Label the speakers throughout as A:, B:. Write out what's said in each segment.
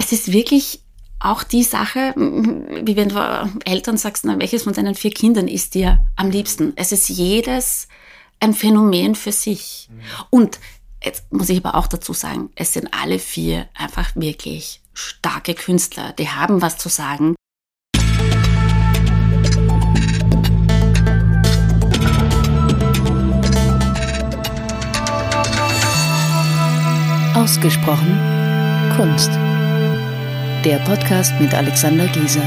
A: es ist wirklich auch die Sache, wie wenn du Eltern sagst, na, welches von deinen 4 Kindern ist dir am liebsten? Es ist jedes ein Phänomen für sich. Und jetzt muss ich aber auch dazu sagen, es sind alle 4 einfach wirklich starke Künstler. Die haben was zu sagen.
B: Ausgesprochen Kunst. Der Podcast mit Alexander Gieser.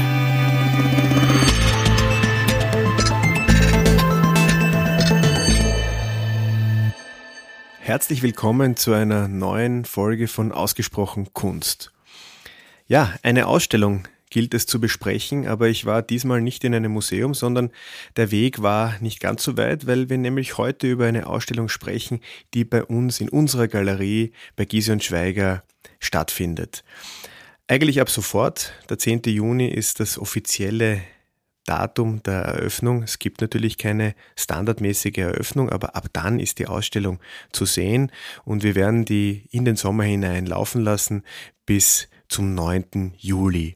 C: Herzlich willkommen zu einer neuen Folge von Ausgesprochen Kunst. Ja, eine Ausstellung gilt es zu besprechen, aber ich war diesmal nicht in einem Museum, sondern der Weg war nicht ganz so weit, weil wir nämlich heute über eine Ausstellung sprechen, die bei uns in unserer Galerie bei Gysi und Schweiger stattfindet. Eigentlich ab sofort, der 10. Juni ist das offizielle Datum der Eröffnung. Es gibt natürlich keine standardmäßige Eröffnung, aber ab dann ist die Ausstellung zu sehen und wir werden die in den Sommer hinein laufen lassen bis zum 9. Juli.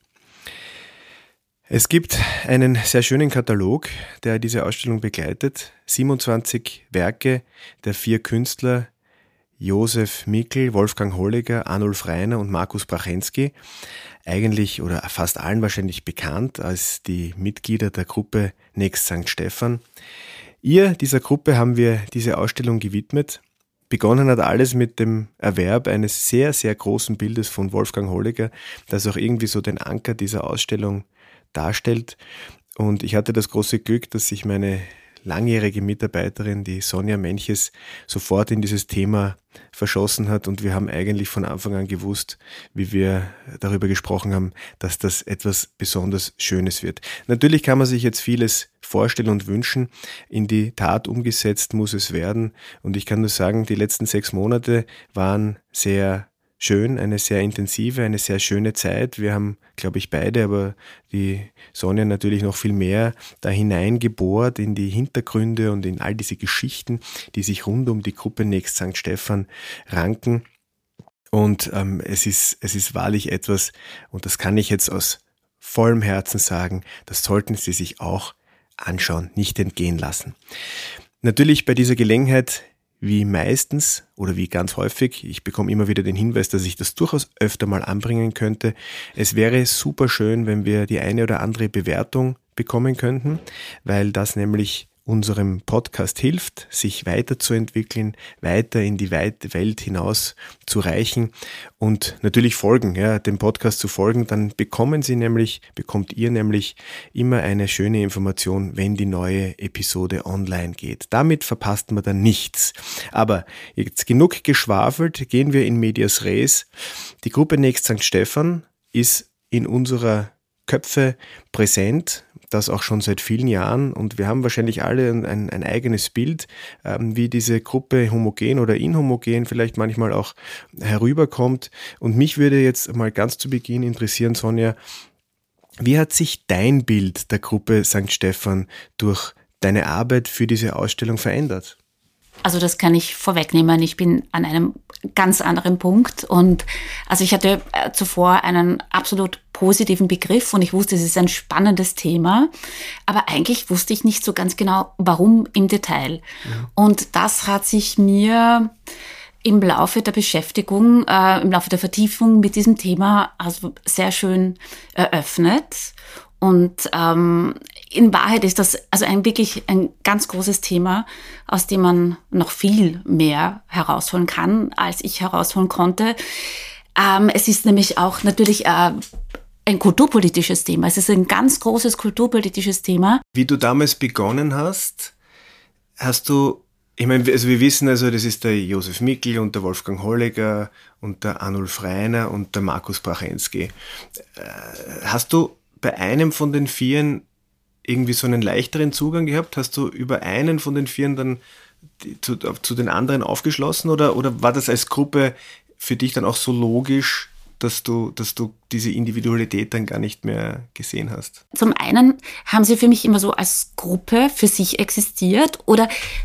C: Es gibt einen sehr schönen Katalog, der diese Ausstellung begleitet. 27 Werke der 4 Künstler Josef Mikl, Wolfgang Holliger, Arnulf Rainer und Markus Brachensky, eigentlich oder fast allen wahrscheinlich bekannt als die Mitglieder der Gruppe Next St. Stephan. Dieser Gruppe haben wir diese Ausstellung gewidmet. Begonnen hat alles mit dem Erwerb eines sehr, sehr großen Bildes von Wolfgang Holliger, das auch irgendwie so den Anker dieser Ausstellung darstellt. Und ich hatte das große Glück, dass sich meine langjährige Mitarbeiterin, die Sonja Menches, sofort in dieses Thema verschossen hat und wir haben eigentlich von Anfang an gewusst, wie wir darüber gesprochen haben, dass das etwas besonders Schönes wird. Natürlich kann man sich jetzt vieles vorstellen und wünschen, in die Tat umgesetzt muss es werden und ich kann nur sagen, die letzten 6 Monate waren sehr schön, eine sehr intensive, eine sehr schöne Zeit. Wir haben, glaube ich, beide, aber die Sonja natürlich noch viel mehr, da hineingebohrt in die Hintergründe und in all diese Geschichten, die sich rund um die Gruppe Next St. Stephan ranken. Und es ist wahrlich etwas, und das kann ich jetzt aus vollem Herzen sagen, das sollten Sie sich auch anschauen, nicht entgehen lassen. Natürlich bei dieser Gelegenheit, wie meistens oder wie ganz häufig, ich bekomme immer wieder den Hinweis, dass ich das durchaus öfter mal anbringen könnte. Es wäre super schön, wenn wir die eine oder andere Bewertung bekommen könnten, weil das nämlich unserem Podcast hilft, sich weiterzuentwickeln, weiter in die weite Welt hinaus zu reichen und natürlich folgen, dem Podcast zu folgen, dann bekommt ihr nämlich immer eine schöne Information, wenn die neue Episode online geht. Damit verpasst man dann nichts. Aber jetzt genug geschwafelt, gehen wir in medias res. Die Gruppe Next St. Stephan ist in unserer Köpfe präsent, das auch schon seit vielen Jahren und wir haben wahrscheinlich alle ein eigenes Bild, wie diese Gruppe homogen oder inhomogen vielleicht manchmal auch herüberkommt und mich würde jetzt mal ganz zu Beginn interessieren, Sonja, wie hat sich dein Bild der Gruppe St. Stephan durch deine Arbeit für diese Ausstellung verändert?
A: Also das kann ich vorwegnehmen. Ich bin an einem ganz anderen Punkt und also ich hatte zuvor einen absolut positiven Begriff und ich wusste, es ist ein spannendes Thema, aber eigentlich wusste ich nicht so ganz genau, warum im Detail. Ja. Und das hat sich mir im Laufe der Beschäftigung, im Laufe der Vertiefung mit diesem Thema also sehr schön eröffnet. Und in Wahrheit ist das also wirklich ein ganz großes Thema, aus dem man noch viel mehr herausholen kann, als ich herausholen konnte. Es ist nämlich auch natürlich ein kulturpolitisches Thema. Es ist ein ganz großes kulturpolitisches Thema.
C: Wie du damals begonnen hast du, ich meine, also wir wissen also, das ist der Josef Mikl und der Wolfgang Holliger und der Arnulf Rainer und der Markus Brachensky. Hast du bei einem von den 4 irgendwie so einen leichteren Zugang gehabt? Hast du über einen von den 4 dann zu den anderen aufgeschlossen oder war das als Gruppe für dich dann auch so logisch, dass du diese Individualität dann gar nicht mehr gesehen hast?
A: Zum einen haben sie für mich immer so als Gruppe für sich existiert oder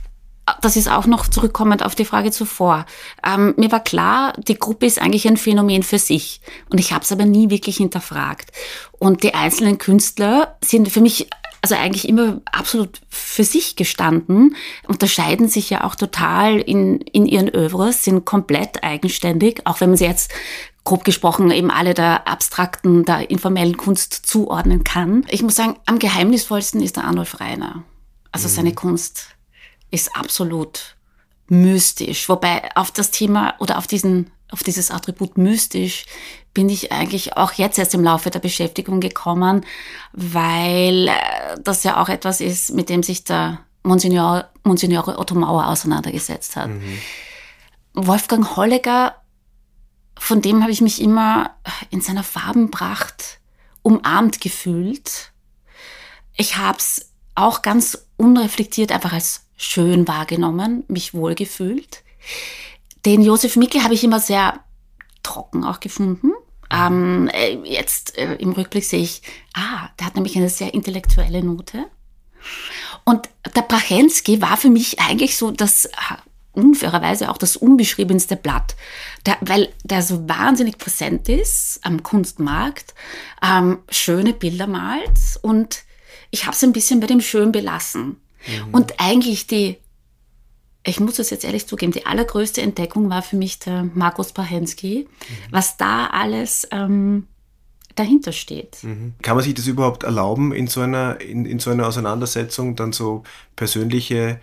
A: das ist auch noch zurückkommend auf die Frage zuvor. Mir war klar, die Gruppe ist eigentlich ein Phänomen für sich. Und ich habe es aber nie wirklich hinterfragt. Und die einzelnen Künstler sind für mich also eigentlich immer absolut für sich gestanden, unterscheiden sich ja auch total in ihren Œuvres, sind komplett eigenständig, auch wenn man sie jetzt grob gesprochen eben alle der abstrakten, der informellen Kunst zuordnen kann. Ich muss sagen, am geheimnisvollsten ist der Arnulf Rainer. Also seine Kunst ist absolut mystisch. Wobei auf das Thema oder auf dieses Attribut mystisch bin ich eigentlich auch jetzt erst im Laufe der Beschäftigung gekommen, weil das ja auch etwas ist, mit dem sich der Monsignore Otto Mauer auseinandergesetzt hat. Wolfgang Holleger, von dem habe ich mich immer in seiner Farbenpracht umarmt gefühlt. Ich habe es auch ganz unreflektiert einfach als schön wahrgenommen, mich wohlgefühlt. Den Josef Mickel habe ich immer sehr trocken auch gefunden. Jetzt im Rückblick sehe ich, der hat nämlich eine sehr intellektuelle Note. Und der Prachensky war für mich eigentlich so das, unfairerweise auch das unbeschriebenste Blatt, weil der so wahnsinnig präsent ist am Kunstmarkt, schöne Bilder malt und ich habe es ein bisschen bei dem Schön belassen. Und eigentlich ich muss es jetzt ehrlich zugeben, die allergrößte Entdeckung war für mich der Markus Prachensky, was da alles dahinter steht.
C: Kann man sich das überhaupt erlauben, in so einer Auseinandersetzung dann so persönliche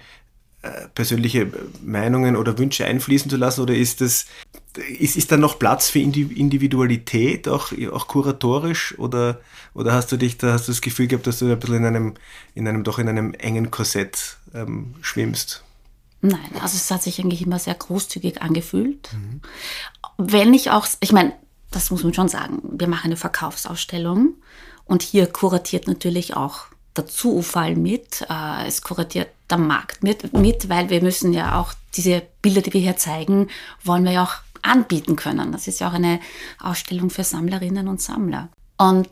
C: Meinungen oder Wünsche einfließen zu lassen? Oder ist da noch Platz für Individualität, auch kuratorisch? Oder hast du das Gefühl gehabt, dass du ein bisschen in einem engen Korsett schwimmst?
A: Nein, also es hat sich eigentlich immer sehr großzügig angefühlt. Wenn ich meine, das muss man schon sagen, wir machen eine Verkaufsausstellung und hier kuratiert natürlich auch der Zufall mit, es kuratiert der Markt mit, weil wir müssen ja auch diese Bilder, die wir hier zeigen, wollen wir ja auch anbieten können. Das ist ja auch eine Ausstellung für Sammlerinnen und Sammler. Und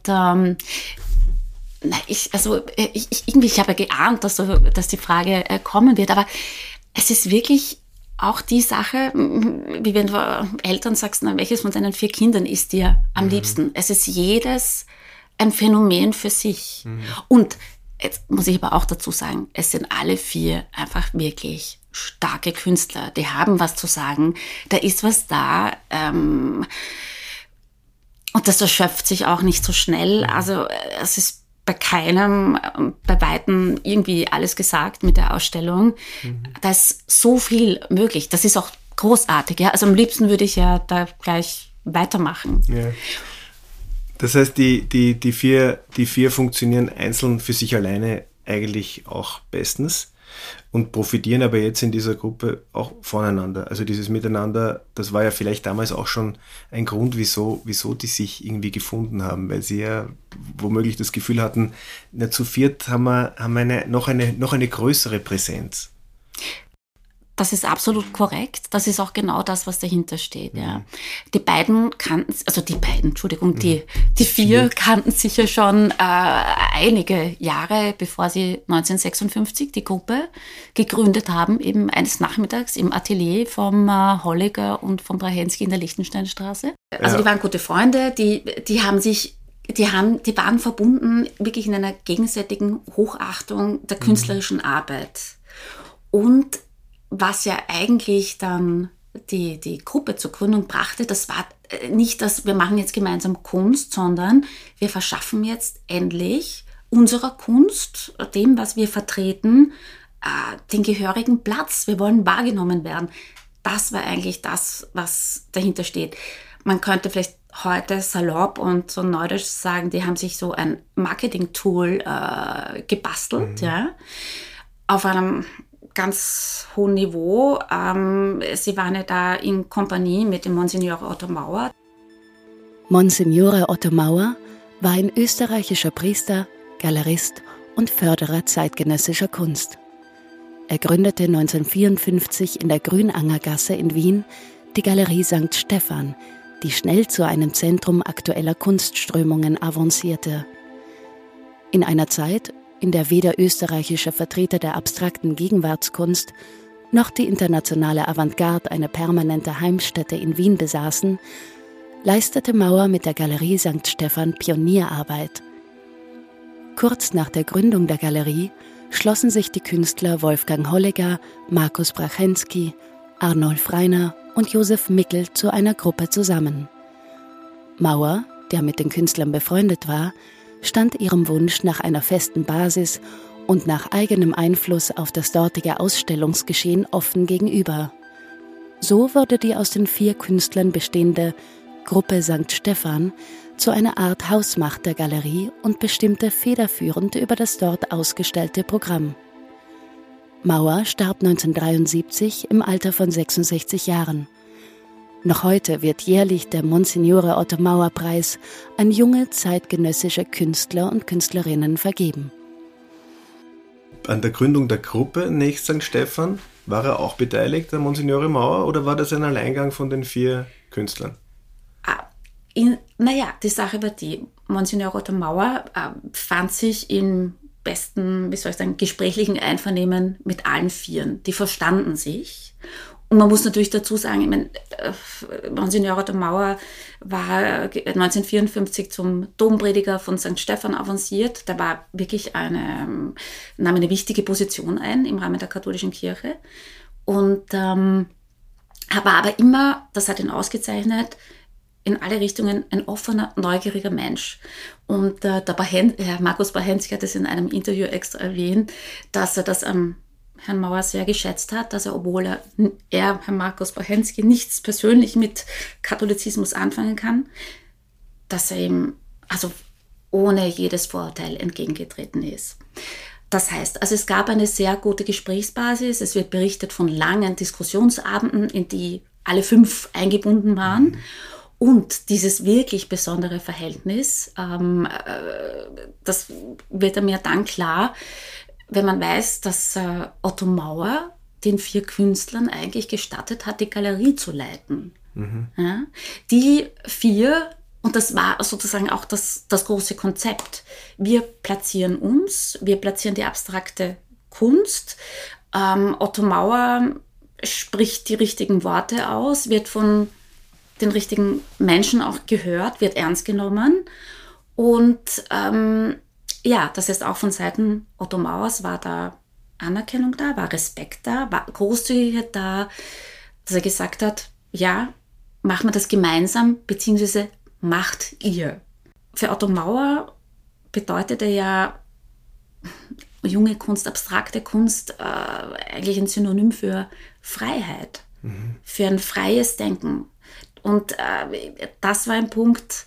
A: ich habe ja geahnt, dass die Frage kommen wird, aber es ist wirklich auch die Sache, wie wenn du Eltern sagst, welches von deinen 4 Kindern ist dir am liebsten? Es ist jedes ein Phänomen für sich. Und jetzt muss ich aber auch dazu sagen, es sind alle 4 einfach wirklich starke Künstler. Die haben was zu sagen. Da ist was da. Und das erschöpft sich auch nicht so schnell. Also es ist bei keinem, bei Weitem irgendwie alles gesagt mit der Ausstellung. Da ist so viel möglich. Das ist auch großartig. Ja? Also am liebsten würde ich ja da gleich weitermachen. Ja.
C: Das heißt, die vier funktionieren einzeln für sich alleine eigentlich auch bestens und profitieren aber jetzt in dieser Gruppe auch voneinander. Also dieses Miteinander, das war ja vielleicht damals auch schon ein Grund, wieso die sich irgendwie gefunden haben, weil sie ja womöglich das Gefühl hatten, zu viert haben wir noch eine größere Präsenz.
A: Das ist absolut korrekt. Das ist auch genau das, was dahinter steht. Ja. Die 4 kannten sich ja schon einige Jahre, bevor sie 1956 die Gruppe gegründet haben, eben eines Nachmittags im Atelier vom Holleger und vom Prachensky in der Lichtensteinstraße. Also die waren gute Freunde, die waren verbunden wirklich in einer gegenseitigen Hochachtung der künstlerischen Arbeit. Und was ja eigentlich dann die Gruppe zur Gründung brachte, das war nicht, dass wir machen jetzt gemeinsam Kunst, sondern wir verschaffen jetzt endlich unserer Kunst, dem, was wir vertreten, den gehörigen Platz. Wir wollen wahrgenommen werden. Das war eigentlich das, was dahinter steht. Man könnte vielleicht heute salopp und so neudeutsch sagen, die haben sich so ein Marketing-Tool gebastelt, ja, auf einem ganz hohen Niveau. Sie waren ja da in Kompanie mit dem Monsignore Otto Mauer.
B: Monsignore Otto Mauer war ein österreichischer Priester, Galerist und Förderer zeitgenössischer Kunst. Er gründete 1954 in der Grünangergasse in Wien die Galerie St. Stephan, die schnell zu einem Zentrum aktueller Kunstströmungen avancierte. In einer Zeit, in der weder österreichische Vertreter der abstrakten Gegenwartskunst noch die internationale Avantgarde eine permanente Heimstätte in Wien besaßen, leistete Mauer mit der Galerie St. Stephan Pionierarbeit. Kurz nach der Gründung der Galerie schlossen sich die Künstler Wolfgang Holleger, Markus Brachensky, Arnolf Reiner und Josef Mickel zu einer Gruppe zusammen. Mauer, der mit den Künstlern befreundet war, stand ihrem Wunsch nach einer festen Basis und nach eigenem Einfluss auf das dortige Ausstellungsgeschehen offen gegenüber. So wurde die aus den 4 Künstlern bestehende Gruppe St. Stephan zu einer Art Hausmacht der Galerie und bestimmte federführend über das dort ausgestellte Programm. Mauer starb 1973 im Alter von 66 Jahren. Noch heute wird jährlich der Monsignore Otto Mauer Preis an junge zeitgenössische Künstler und Künstlerinnen vergeben.
C: An der Gründung der Gruppe Nächst St. Stephan war er auch beteiligt, der Monsignore Mauer, oder war das ein Alleingang von den 4 Künstlern?
A: Die Sache war die, Monsignor Otto Mauer fand sich im besten, gesprächlichen Einvernehmen mit allen 4. Die verstanden sich. Und man muss natürlich dazu sagen, Monsignor Otto Mauer war 1954 zum Domprediger von St. Stephan avanciert. Der war wirklich nahm eine wichtige Position ein im Rahmen der katholischen Kirche. Und war aber immer, das hat ihn ausgezeichnet, in alle Richtungen ein offener, neugieriger Mensch. Und Herr Markus Brachensky hat es in einem Interview extra erwähnt, dass er das am Herrn Mauer sehr geschätzt hat, dass er, obwohl Herr Markus Brachensky, nichts persönlich mit Katholizismus anfangen kann, dass er ihm ohne jedes Vorurteil entgegengetreten ist. Das heißt, es gab eine sehr gute Gesprächsbasis. Es wird berichtet von langen Diskussionsabenden, in die alle 5 eingebunden waren. Und dieses wirklich besondere Verhältnis, das wird mir dann klar, wenn man weiß, dass Otto Mauer den 4 Künstlern eigentlich gestattet hat, die Galerie zu leiten. Ja? Die 4, und das war sozusagen auch das große Konzept, wir platzieren uns, wir platzieren die abstrakte Kunst, Otto Mauer spricht die richtigen Worte aus, wird von den richtigen Menschen auch gehört, wird ernst genommen. Und das heißt auch von Seiten Otto Mauers war da Anerkennung da, war Respekt da, war Großzügigkeit da, dass er gesagt hat, ja, machen wir das gemeinsam, beziehungsweise macht ihr. Für Otto Mauer bedeutete ja junge Kunst, abstrakte Kunst eigentlich ein Synonym für Freiheit, für ein freies Denken. Und das war ein Punkt,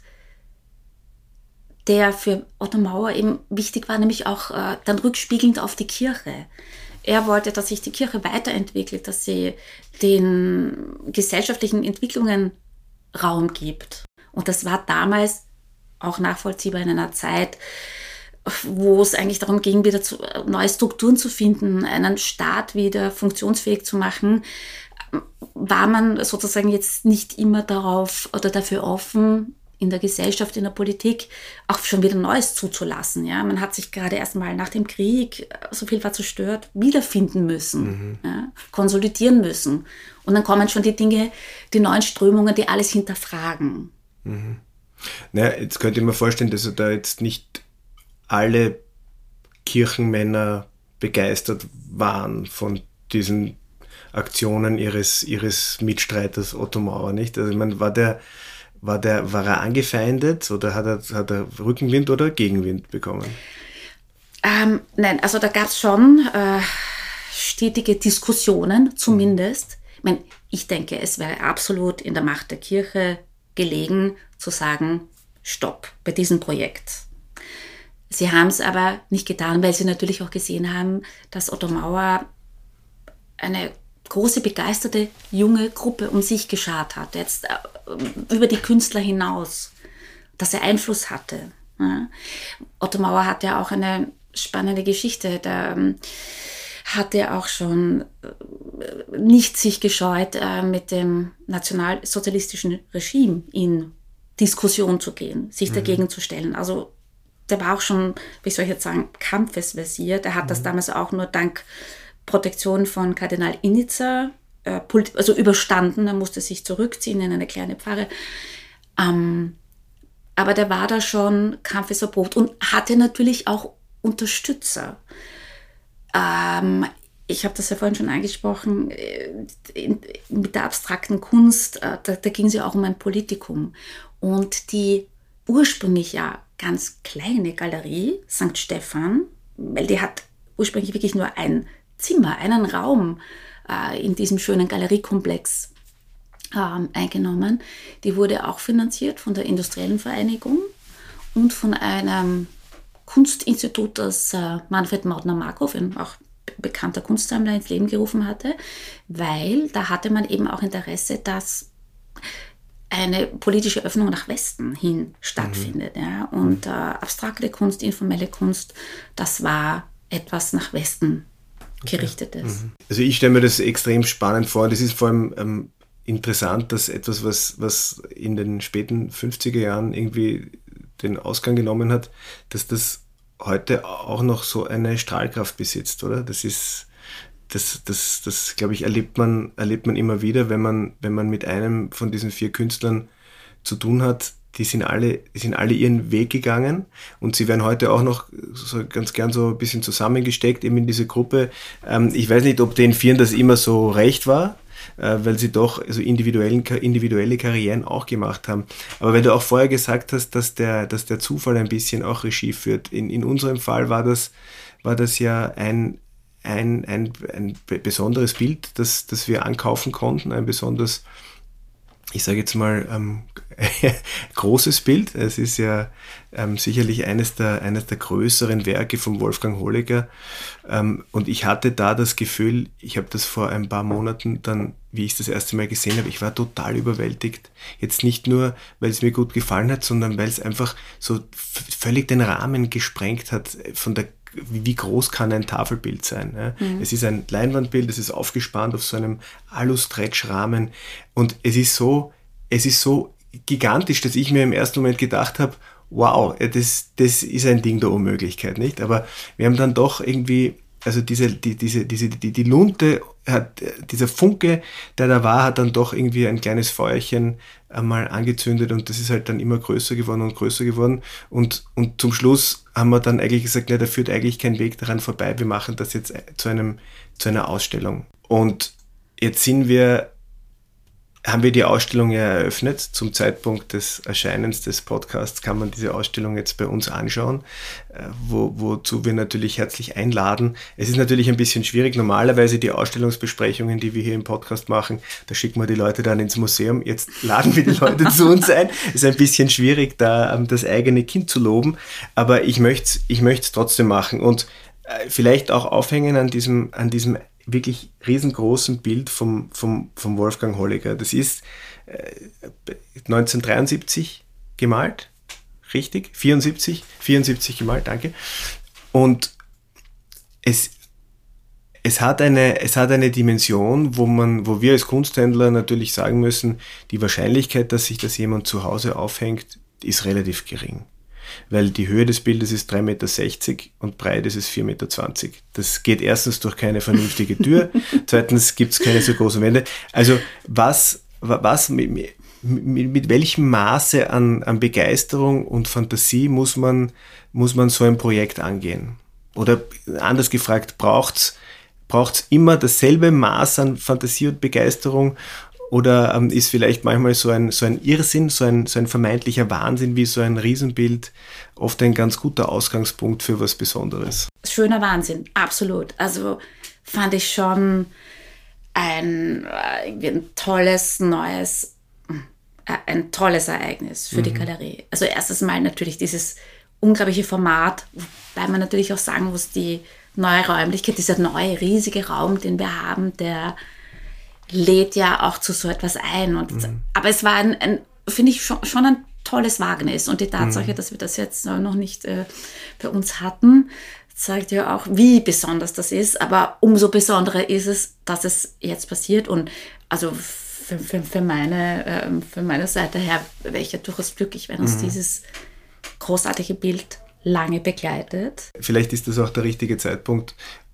A: der für Otto Mauer eben wichtig war, nämlich auch dann rückspiegelnd auf die Kirche. Er wollte, dass sich die Kirche weiterentwickelt, dass sie den gesellschaftlichen Entwicklungen Raum gibt. Und das war damals auch nachvollziehbar in einer Zeit, wo es eigentlich darum ging, wieder neue Strukturen zu finden, einen Staat wieder funktionsfähig zu machen, war man sozusagen jetzt nicht immer darauf oder dafür offen, in der Gesellschaft, in der Politik auch schon wieder Neues zuzulassen. Ja? Man hat sich gerade erst mal nach dem Krieg, so viel war zerstört, wiederfinden müssen, ja? Konsolidieren müssen. Und dann kommen schon die Dinge, die neuen Strömungen, die alles hinterfragen.
C: Naja, jetzt könnte ich mir vorstellen, dass da jetzt nicht alle Kirchenmänner begeistert waren von diesen Aktionen ihres Mitstreiters Otto Mauer, nicht? Also ich meine, war er angefeindet oder hat er Rückenwind oder Gegenwind bekommen?
A: Nein, also da gab es schon stetige Diskussionen zumindest. Ich denke, es wäre absolut in der Macht der Kirche gelegen, zu sagen, Stopp bei diesem Projekt. Sie haben es aber nicht getan, weil sie natürlich auch gesehen haben, dass Otto Mauer eine große, begeisterte, junge Gruppe um sich geschart hat, jetzt über die Künstler hinaus, dass er Einfluss hatte. Ja. Otto Mauer hat ja auch eine spannende Geschichte, da hat er auch schon nicht sich gescheut, mit dem nationalsozialistischen Regime in Diskussion zu gehen, sich dagegen zu stellen. Also der war auch schon, wie soll ich jetzt sagen, kampfesversiert. Er hat das damals auch nur dank Protektion von Kardinal Initzer also überstanden. Er musste sich zurückziehen in eine kleine Pfarre. Aber der war da schon kampfeserprobt und hatte natürlich auch Unterstützer. Ich habe das ja vorhin schon angesprochen, mit der abstrakten Kunst, da ging es ja auch um ein Politikum. Und die ursprünglich ja ganz kleine Galerie St. Stephan, weil die hat ursprünglich wirklich nur ein Zimmer, einen Raum in diesem schönen Galeriekomplex eingenommen. Die wurde auch finanziert von der Industriellen Vereinigung und von einem Kunstinstitut, das Manfred Mautner-Markov, ein auch bekannter Kunstsammler, ins Leben gerufen hatte, weil da hatte man eben auch Interesse, dass eine politische Öffnung nach Westen hin stattfindet. Ja? Und abstrakte Kunst, informelle Kunst, das war etwas nach Westen gerichtetes.
C: Also ich stelle mir das extrem spannend vor. Das ist vor allem interessant, dass etwas, was in den späten 50er Jahren irgendwie den Ausgang genommen hat, dass das heute auch noch so eine Strahlkraft besitzt, oder? Das glaube ich, erlebt man immer wieder, wenn man mit einem von diesen 4 Künstlern zu tun hat. Die sind alle ihren Weg gegangen und sie werden heute auch noch so ganz gern so ein bisschen zusammengesteckt, eben in diese Gruppe. Ich weiß nicht, ob den 4 das immer so recht war, weil sie doch also individuelle Karrieren auch gemacht haben. Aber wenn du auch vorher gesagt hast, dass der Zufall ein bisschen auch Regie führt, in unserem Fall war das ja ein besonderes Bild, das wir ankaufen konnten, ein besonders, ich sage jetzt mal, großes Bild. Es ist ja sicherlich eines der größeren Werke von Wolfgang Holliger. Und ich hatte da das Gefühl, ich habe das vor ein paar Monaten dann, wie ich es das erste Mal gesehen habe, ich war total überwältigt. Jetzt nicht nur, weil es mir gut gefallen hat, sondern weil es einfach so völlig den Rahmen gesprengt hat von der, wie groß kann ein Tafelbild sein. Ja? Es ist ein Leinwandbild, es ist aufgespannt auf so einem Alu-Stretch-Rahmen und es ist so gigantisch, dass ich mir im ersten Moment gedacht habe, wow, das ist ein Ding der Unmöglichkeit, nicht? Aber wir haben dann doch irgendwie, also die Lunte hat, dieser Funke, der da war, hat dann doch irgendwie ein kleines Feuerchen einmal angezündet und das ist halt dann immer größer geworden und zum Schluss haben wir dann eigentlich gesagt, da führt eigentlich kein Weg daran vorbei, wir machen das jetzt zu einer Ausstellung. Und jetzt haben wir die Ausstellung ja eröffnet. Zum Zeitpunkt des Erscheinens des Podcasts kann man diese Ausstellung jetzt bei uns anschauen, wozu wir natürlich herzlich einladen. Es ist natürlich ein bisschen schwierig. Normalerweise die Ausstellungsbesprechungen, die wir hier im Podcast machen, da schicken wir die Leute dann ins Museum. Jetzt laden wir die Leute zu uns ein. Es ist ein bisschen schwierig, da das eigene Kind zu loben, aber ich möchte es trotzdem machen und vielleicht auch aufhängen an diesem wirklich riesengroßen Bild vom Wolfgang Holliger. Das ist 1973 gemalt, richtig? 74 gemalt, danke. Und es hat eine Dimension, wo wir als Kunsthändler natürlich sagen müssen, die Wahrscheinlichkeit, dass sich das jemand zu Hause aufhängt, ist relativ gering. Weil die Höhe des Bildes ist 3,60 Meter und breit ist es 4,20 Meter. Das geht erstens durch keine vernünftige Tür, zweitens gibt es keine so großen Wände. Also mit welchem Maße an Begeisterung und Fantasie muss man so ein Projekt angehen? Oder anders gefragt, braucht's immer dasselbe Maß an Fantasie und Begeisterung? Oder ist vielleicht manchmal so ein Irrsinn, so ein vermeintlicher Wahnsinn wie so ein Riesenbild oft ein ganz guter Ausgangspunkt für was Besonderes?
A: Schöner Wahnsinn, absolut. Also fand ich schon ein tolles Ereignis für die Galerie. Also erstes Mal natürlich dieses unglaubliche Format, wobei man natürlich auch sagen muss, die neue Räumlichkeit, dieser neue riesige Raum, den wir haben, der lädt ja auch zu so etwas ein. Aber es war finde ich, schon ein tolles Wagnis. Und die Tatsache, dass wir das jetzt noch nicht bei uns hatten, zeigt ja auch, wie besonders das ist. Aber umso besonderer ist es, dass es jetzt passiert. Und also für meine Seite her wäre ich ja durchaus glücklich, wenn uns dieses großartige Bild lange begleitet.
C: Vielleicht ist das auch der richtige Zeitpunkt,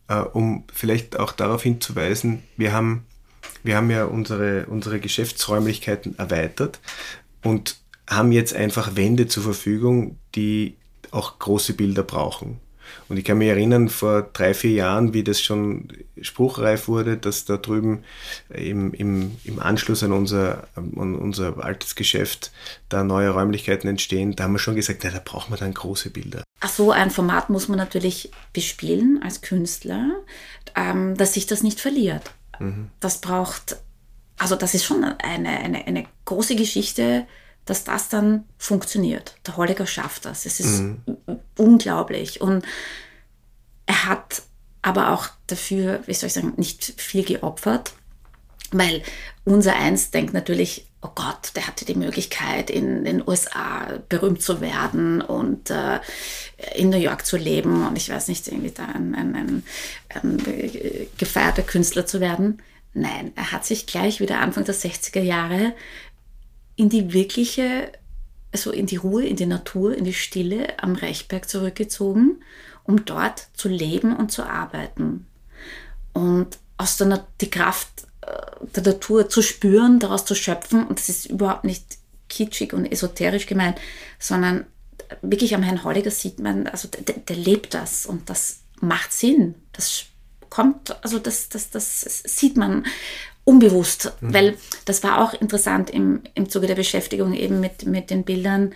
C: um vielleicht auch darauf hinzuweisen, wir haben ja unsere Geschäftsräumlichkeiten erweitert und haben jetzt einfach Wände zur Verfügung, die auch große Bilder brauchen. Und ich kann mich erinnern, vor 3-4 Jahren, wie das schon spruchreif wurde, dass da drüben im Anschluss an unser altes Geschäft da neue Räumlichkeiten entstehen, da haben wir schon gesagt, da brauchen wir dann große Bilder.
A: Ach so, ein Format muss man natürlich bespielen als Künstler, dass sich das nicht verliert. Das braucht, also das ist schon eine große Geschichte, dass das dann funktioniert. Der Holliger schafft das. Es ist unglaublich. Und er hat aber auch dafür, wie soll ich sagen, nicht viel geopfert, weil unser Eins denkt natürlich, oh Gott, der hatte die Möglichkeit, in den USA berühmt zu werden und in New York zu leben und ich weiß nicht, irgendwie da ein gefeierter Künstler zu werden. Nein, er hat sich gleich wieder Anfang der 60er Jahre in die wirkliche, also in die Ruhe, in die Natur, in die Stille am Rechberg zurückgezogen, um dort zu leben und zu arbeiten. Und aus die Kraft der Natur zu spüren, daraus zu schöpfen. Und das ist überhaupt nicht kitschig und esoterisch gemeint, sondern wirklich am Herrn Holliger sieht man, also der lebt das und das macht Sinn. Das kommt, also das sieht man unbewusst, weil das war auch interessant im Zuge der Beschäftigung eben mit den Bildern,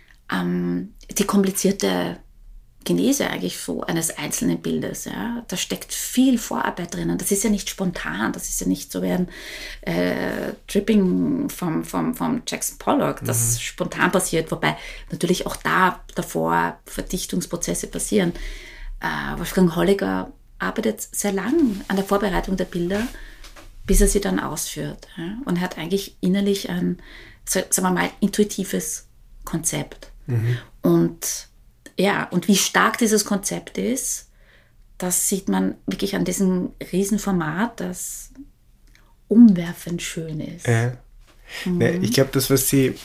A: die komplizierte Genese eigentlich so eines einzelnen Bildes. Ja. Da steckt viel Vorarbeit drinnen. Das ist ja nicht spontan, das ist ja nicht so wie ein Tripping vom Jackson Pollock, das spontan passiert, wobei natürlich auch davor Verdichtungsprozesse passieren. Wolfgang Holliger arbeitet sehr lang an der Vorbereitung der Bilder, bis er sie dann ausführt. Ja? Und er hat eigentlich innerlich ein, sagen wir mal, intuitives Konzept. Und ja, und wie stark dieses Konzept ist, das sieht man wirklich an diesem Riesenformat, das umwerfend schön ist.
C: Ich glaube, da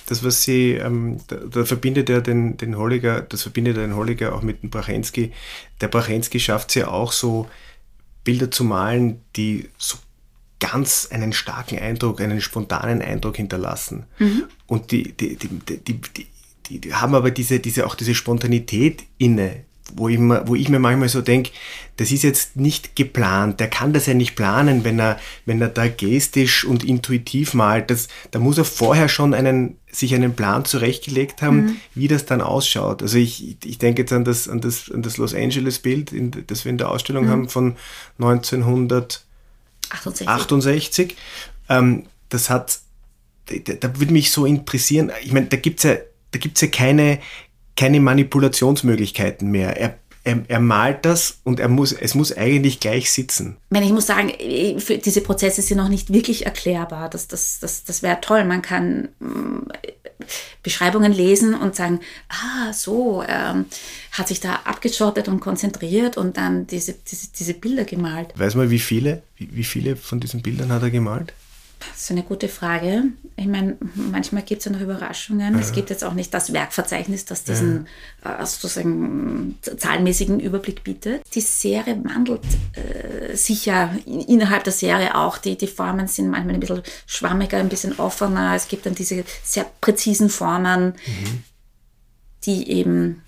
C: verbindet er den Holliger, auch mit dem Brachensky. Der Brachensky schafft es ja auch so, Bilder zu malen, die so ganz einen starken Eindruck, einen spontanen Eindruck hinterlassen. Und die haben aber diese Spontanität inne, wo ich mir manchmal so denke, das ist jetzt nicht geplant, der kann das ja nicht planen, wenn er da gestisch und intuitiv malt, da muss er vorher schon sich einen Plan zurechtgelegt haben, wie das dann ausschaut. Also ich denke jetzt an das Los Angeles Bild, das wir in der Ausstellung haben von 1968. Das hat, da würde mich so interessieren, ich meine, da gibt's ja keine Manipulationsmöglichkeiten mehr. Er malt das und es muss eigentlich gleich sitzen.
A: Ich muss sagen, für diese Prozesse sind noch nicht wirklich erklärbar. Das wäre toll. Man kann Beschreibungen lesen und sagen, hat sich da abgeschottet und konzentriert und dann diese Bilder gemalt.
C: Weiß man, wie viele von diesen Bildern hat er gemalt?
A: Das ist eine gute Frage. Ich meine, manchmal gibt es ja noch Überraschungen. Es gibt jetzt auch nicht das Werkverzeichnis, das diesen sozusagen zahlenmäßigen Überblick bietet. Die Serie wandelt sich ja innerhalb der Serie auch. Die Formen sind manchmal ein bisschen schwammiger, ein bisschen offener. Es gibt dann diese sehr präzisen Formen, die eben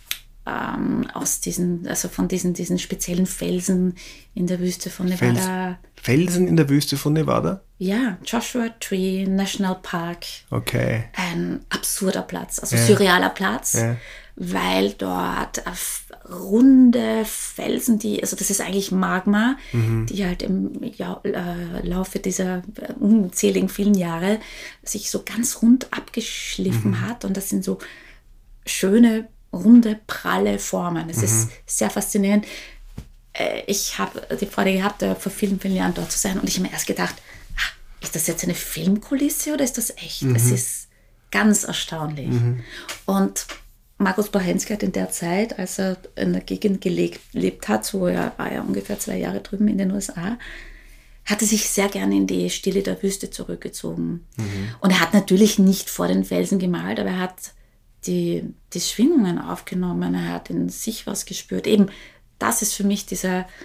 A: von diesen speziellen Felsen in der Wüste von Nevada.
C: Felsen in der Wüste von Nevada?
A: Ja, Joshua Tree National Park.
C: Okay.
A: Ein absurder Platz, also surrealer Platz, weil dort runde Felsen, das ist eigentlich Magma, die halt im Laufe dieser unzähligen vielen Jahre sich so ganz rund abgeschliffen hat und das sind so schöne, runde, pralle Formen. Es ist sehr faszinierend. Ich habe die Freude gehabt, vor vielen, vielen Jahren dort zu sein und ich habe mir erst gedacht, ist das jetzt eine Filmkulisse oder ist das echt? Es ist ganz erstaunlich. Und Markus Brachensky hat in der Zeit, als er in der Gegend gelebt hat, war er ungefähr 2 Jahre drüben in den USA, hatte sich sehr gerne in die Stille der Wüste zurückgezogen. Und er hat natürlich nicht vor den Felsen gemalt, aber er hat die Schwingungen aufgenommen, er hat in sich was gespürt. Eben, das ist für mich dieser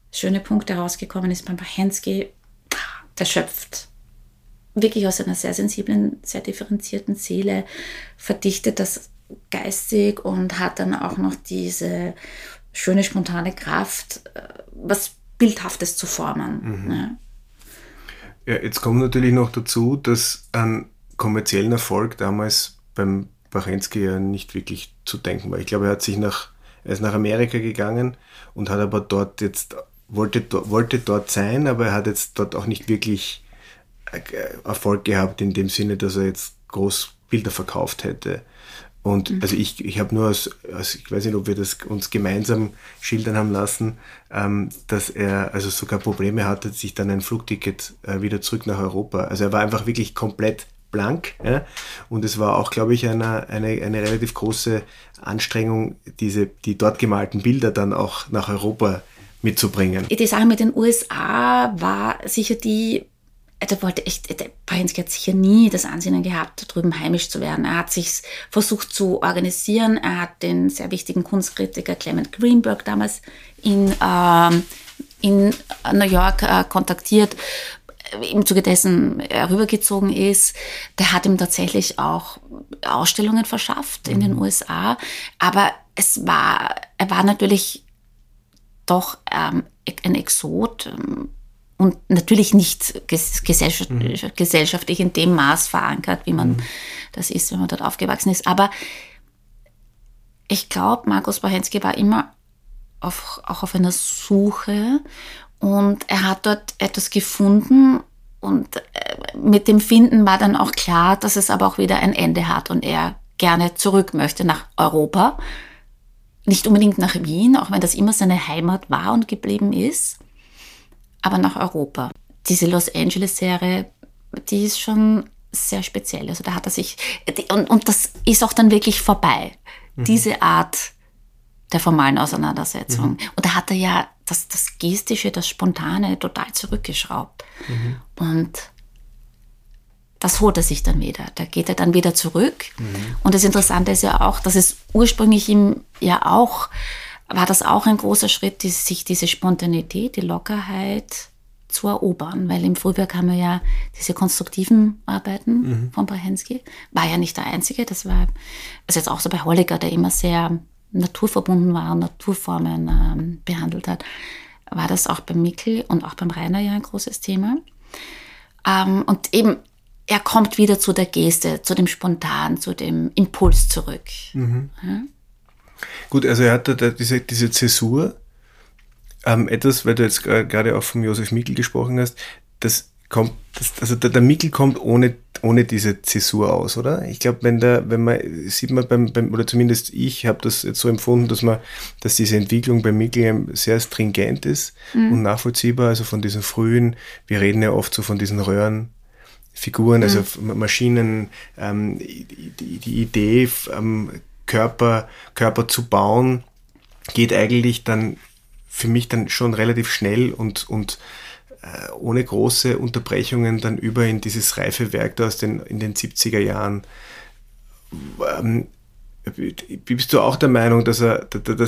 A: schöne Punkt herausgekommen ist beim Pachensky, der schöpft wirklich aus einer sehr sensiblen, sehr differenzierten Seele, verdichtet das geistig und hat dann auch noch diese schöne, spontane Kraft, was Bildhaftes zu formen.
C: Ja, jetzt kommt natürlich noch dazu, dass an kommerziellen Erfolg damals beim Pachensky ja nicht wirklich zu denken war. Ich glaube, er ist nach Amerika gegangen und hat aber dort jetzt, wollte dort sein, aber er hat jetzt dort auch nicht wirklich Erfolg gehabt in dem Sinne, dass er jetzt groß Bilder verkauft hätte. Und also ich habe nur ich weiß nicht, ob wir das uns gemeinsam schildern haben lassen, dass er also sogar Probleme hatte, sich dann ein Flugticket wieder zurück nach Europa. Also er war einfach wirklich komplett blank. Ja? Und es war auch, glaube ich, eine relativ große Anstrengung, die dort gemalten Bilder dann auch nach Europa mitzubringen.
A: Die Sache mit den USA war sicher der Pachensky hat sicher nie das Ansinnen gehabt, da drüben heimisch zu werden. Er hat sich versucht zu organisieren. Er hat den sehr wichtigen Kunstkritiker Clement Greenberg damals in New York kontaktiert, im Zuge dessen er rübergezogen ist. Der hat ihm tatsächlich auch Ausstellungen verschafft in den USA. Aber er war natürlich doch ein Exot, und natürlich nicht gesellschaftlich in dem Maß verankert, wie man das ist, wenn man dort aufgewachsen ist. Aber ich glaube, Markus Pachensky war immer auch auf einer Suche und er hat dort etwas gefunden und mit dem Finden war dann auch klar, dass es aber auch wieder ein Ende hat und er gerne zurück möchte nach Europa. Nicht unbedingt nach Wien, auch wenn das immer seine Heimat war und geblieben ist. Aber nach Europa. Diese Los Angeles-Serie, die ist schon sehr speziell. Also da hat er sich, und das ist auch dann wirklich vorbei. Diese Art der formalen Auseinandersetzung. Und da hat er ja das Gestische, das Spontane total zurückgeschraubt. Und das holt er sich dann wieder. Da geht er dann wieder zurück. Und das Interessante ist ja auch, dass es ursprünglich ihm ja auch war das auch ein großer Schritt, sich diese Spontanität, die Lockerheit zu erobern, weil im Frühwerk haben wir ja diese konstruktiven Arbeiten von Pachensky, war ja nicht der einzige, das war also jetzt auch so bei Holliger, der immer sehr naturverbunden war und Naturformen behandelt hat, war das auch beim Mikl und auch beim Rainer ja ein großes Thema. Und eben, er kommt wieder zu der Geste, zu dem Spontan, zu dem Impuls zurück. Ja?
C: Gut, also er hat da diese Zäsur, etwas, weil du jetzt gerade auch von Josef Mikl gesprochen hast, also der Mikl kommt ohne diese Zäsur aus, oder? Ich glaube, sieht man oder zumindest ich habe das jetzt so empfunden, dass diese Entwicklung beim Mikl sehr stringent ist und nachvollziehbar, also von diesen frühen, wir reden ja oft so von diesen Röhrenfiguren, also Maschinen, die Idee, Körper zu bauen, geht eigentlich dann für mich dann schon relativ schnell und ohne große Unterbrechungen dann über in dieses reife Werk da in den 70er Jahren. Bist du auch der Meinung, dass er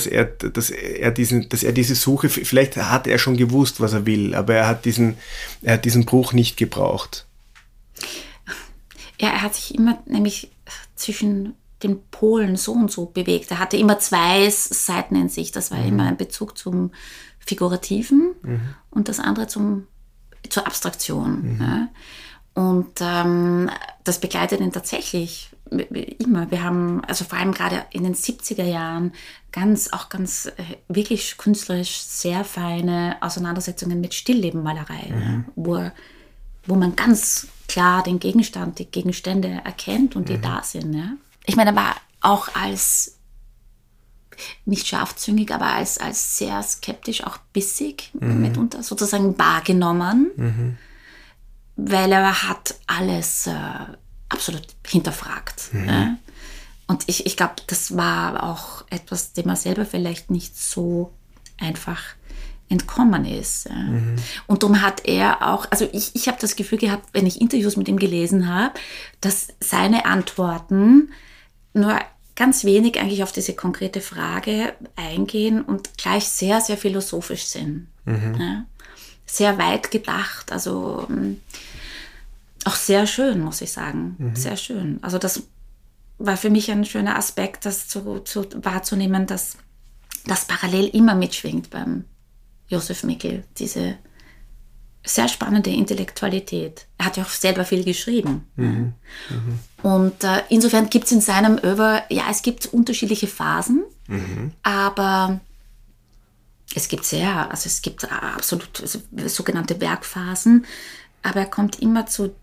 C: diese Suche, vielleicht hat er schon gewusst, was er will, aber er hat diesen Bruch nicht gebraucht?
A: Ja, er hat sich immer nämlich zwischen den Polen so und so bewegt. Er hatte immer zwei Seiten in sich. Das war immer ein Bezug zum Figurativen und das andere zur Abstraktion. Ja. Und das begleitet ihn tatsächlich immer. Wir haben, also vor allem gerade in den 70er Jahren, ganz wirklich künstlerisch sehr feine Auseinandersetzungen mit Stilllebenmalerei, wo man ganz klar den Gegenstand, die Gegenstände erkennt und die da sind. Ja. Ich meine, er war auch als, nicht scharfzüngig, aber als sehr skeptisch, auch bissig mitunter sozusagen wahrgenommen, weil er hat alles absolut hinterfragt. Ja? Und ich glaube, das war auch etwas, dem er selber vielleicht nicht so einfach entkommen ist. Ja. Und darum hat er auch, also ich habe das Gefühl gehabt, wenn ich Interviews mit ihm gelesen habe, dass seine Antworten nur ganz wenig eigentlich auf diese konkrete Frage eingehen und gleich sehr, sehr philosophisch sind. Ja. Sehr weit gedacht, also auch sehr schön, muss ich sagen. Sehr schön. Also das war für mich ein schöner Aspekt, das zu wahrzunehmen, dass das parallel immer mitschwingt beim Josef Mickel, diese sehr spannende Intellektualität. Er hat ja auch selber viel geschrieben. Und insofern gibt es in seinem Oeuvre, ja, es gibt unterschiedliche Phasen, aber es gibt absolut sogenannte Werkphasen, aber er kommt immer zu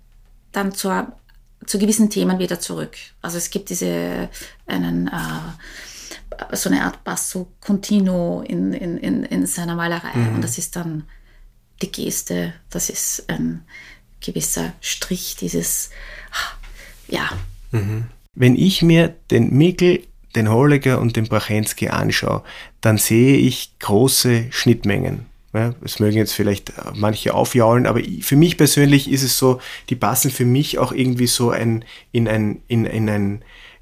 A: gewissen Themen wieder zurück. Also es gibt so eine Art Basso Continuo in seiner Malerei. Und das ist dann die Geste, das ist ein gewisser Strich, dieses, ja.
C: Wenn ich mir den Mickel, den Holleger und den Brachensky anschaue, dann sehe ich große Schnittmengen. Ja, es mögen jetzt vielleicht manche aufjaulen, aber für mich persönlich ist es so, die passen für mich auch irgendwie so in eine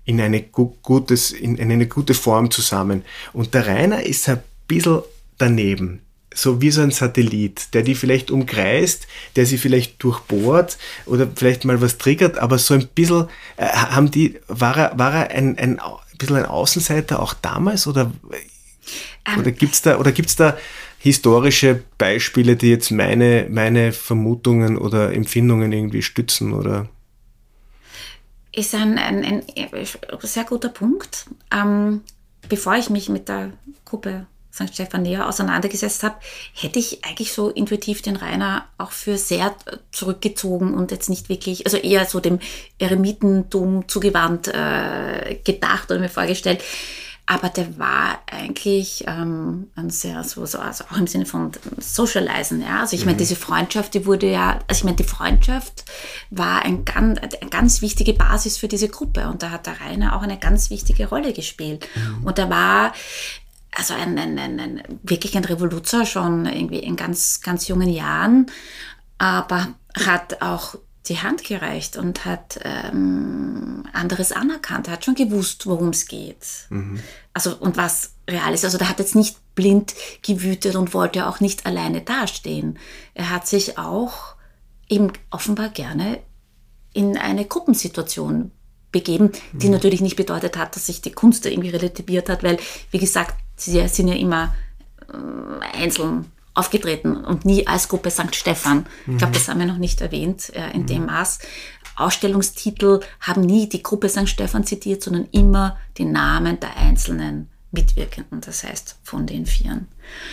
C: gute Form zusammen. Und der Rainer ist ein bisschen daneben. So wie so ein Satellit, der die vielleicht umkreist, der sie vielleicht durchbohrt oder vielleicht mal was triggert, aber so ein bisschen war er ein bisschen ein Außenseiter auch damals oder gibt's da historische Beispiele, die jetzt meine Vermutungen oder Empfindungen irgendwie stützen oder?
A: Ist ein sehr guter Punkt. Bevor ich mich mit der Gruppe St. Stephan näher auseinandergesetzt habe, hätte ich eigentlich so intuitiv den Rainer auch für sehr zurückgezogen und jetzt nicht wirklich, also eher so dem Eremitentum zugewandt gedacht oder mir vorgestellt. Aber der war eigentlich ein sehr, also auch im Sinne von Socializen, ja. Also ich meine, diese Freundschaft, die Freundschaft war eine ganz wichtige Basis für diese Gruppe. Und da hat der Rainer auch eine ganz wichtige Rolle gespielt. Und er war also wirklich ein Revoluzer schon irgendwie in ganz, ganz jungen Jahren, aber hat auch die Hand gereicht und hat anderes anerkannt, hat schon gewusst, worum es geht. Also und was real ist. Also der hat jetzt nicht blind gewütet und wollte auch nicht alleine dastehen. Er hat sich auch eben offenbar gerne in eine Gruppensituation begeben, die natürlich nicht bedeutet hat, dass sich die Kunst da irgendwie relativiert hat, weil, wie gesagt, sie sind ja immer einzeln aufgetreten und nie als Gruppe St. Stephan. Ich glaube, das haben wir noch nicht erwähnt in dem Maß. Ausstellungstitel haben nie die Gruppe St. Stephan zitiert, sondern immer die Namen der einzelnen Mitwirkenden, das heißt von den Vieren.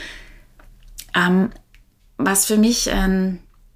A: Was für mich ein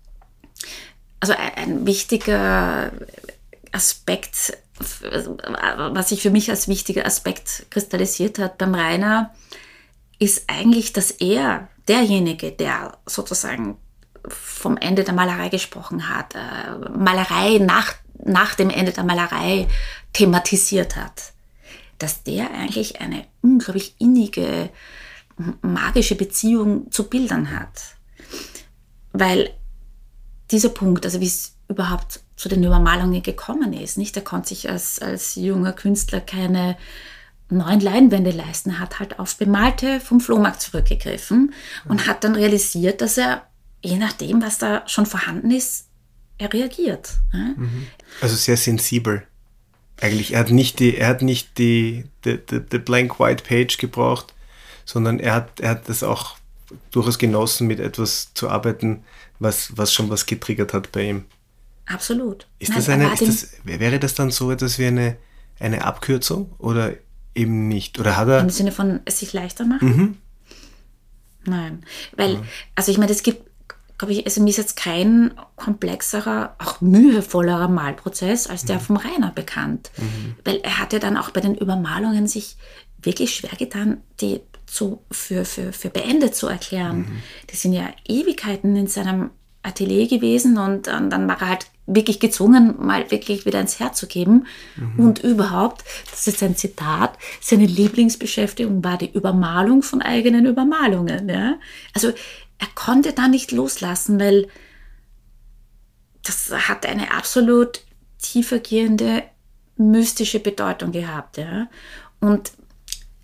A: wichtiger Aspekt, was sich für mich als wichtiger Aspekt kristallisiert hat beim Rainer, ist eigentlich, dass er derjenige, der sozusagen vom Ende der Malerei gesprochen hat, Malerei nach dem Ende der Malerei thematisiert hat, dass der eigentlich eine unglaublich innige, magische Beziehung zu Bildern hat. Weil dieser Punkt, also wie es überhaupt zu den Übermalungen gekommen ist, nicht? Er konnte sich als junger Künstler keine neuen Leinwände leisten. Er hat halt auf bemalte vom Flohmarkt zurückgegriffen und hat dann realisiert, dass er, je nachdem, was da schon vorhanden ist, er reagiert.
C: Also sehr sensibel. Eigentlich, er hat nicht die blank white page gebraucht, sondern er hat das auch durchaus genossen, mit etwas zu arbeiten, was schon was getriggert hat bei ihm.
A: Absolut.
C: Wäre das dann so etwas wie eine Abkürzung oder eben nicht? Oder hat er...
A: Im Sinne von es sich leichter machen? Nein. Weil, also ich meine, es gibt, glaube ich, also mir ist jetzt kein komplexerer, auch mühevollerer Malprozess als der vom Rainer bekannt. Weil er hat ja dann auch bei den Übermalungen sich wirklich schwer getan, die für beendet zu erklären. Die sind ja Ewigkeiten in seinem Atelier gewesen und dann war er halt wirklich gezwungen, mal wirklich wieder ins Herz zu geben. Und überhaupt, das ist ein Zitat, seine Lieblingsbeschäftigung war die Übermalung von eigenen Übermalungen. Ja? Also er konnte da nicht loslassen, weil das hat eine absolut tiefergehende, mystische Bedeutung gehabt. Ja? Und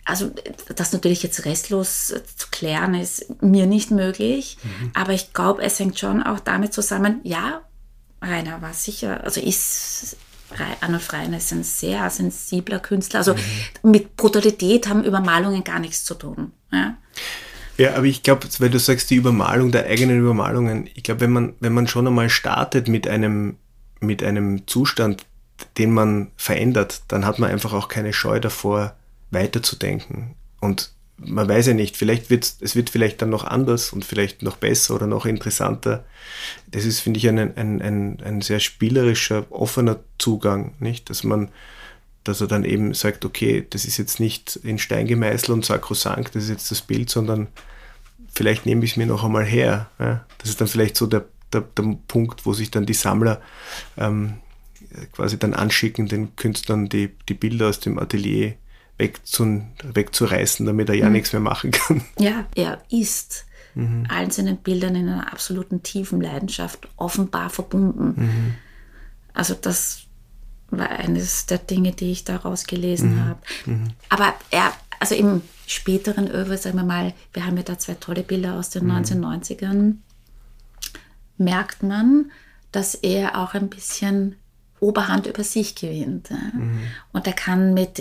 A: Also das natürlich jetzt restlos zu klären, ist mir nicht möglich. Aber ich glaube, es hängt schon auch damit zusammen, ja, Rainer war sicher, also Arnulf Rainer ist ein sehr sensibler Künstler. Also mit Brutalität haben Übermalungen gar nichts zu tun. Ja,
C: ja, aber ich glaube, weil du sagst, die Übermalung der eigenen Übermalungen, ich glaube, wenn man schon einmal startet mit einem Zustand, den man verändert, dann hat man einfach auch keine Scheu davor, weiterzudenken. Und man weiß ja nicht, es wird vielleicht dann noch anders und vielleicht noch besser oder noch interessanter. Das ist, finde ich, ein sehr spielerischer, offener Zugang, nicht? Dass er dann eben sagt, okay, das ist jetzt nicht in Stein gemeißelt und sakrosankt, das ist jetzt das Bild, sondern vielleicht nehme ich es mir noch einmal her. Ja? Das ist dann vielleicht so der Punkt, wo sich dann die Sammler quasi dann anschicken, den Künstlern die Bilder aus dem Atelier wegzureißen, damit er ja nichts mehr machen kann.
A: Ja, er ist allen seinen Bildern in einer absoluten tiefen Leidenschaft offenbar verbunden. Also das war eines der Dinge, die ich daraus gelesen habe. Aber also im späteren Oeuvre, sagen wir mal, wir haben ja da 2 tolle Bilder aus den 1990ern, merkt man, dass er auch ein bisschen Oberhand über sich gewinnt. Und er kann mit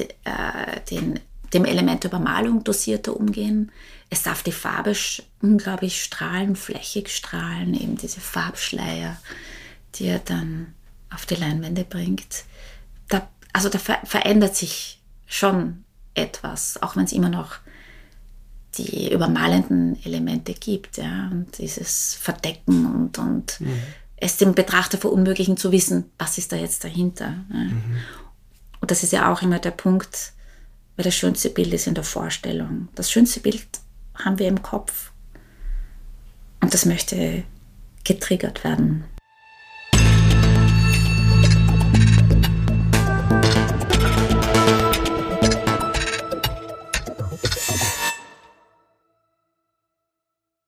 A: dem Element Übermalung dosierter umgehen. Es darf die Farbe unglaublich strahlen, flächig strahlen, eben diese Farbschleier, die er dann auf die Leinwände bringt. Da verändert sich schon etwas, auch wenn es immer noch die übermalenden Elemente gibt, ja, und dieses Verdecken und es dem Betrachter verunmöglichen zu wissen, was ist da jetzt dahinter. Ja. Und das ist ja auch immer der Punkt, weil das schönste Bild ist in der Vorstellung. Das schönste Bild haben wir im Kopf und das möchte getriggert werden.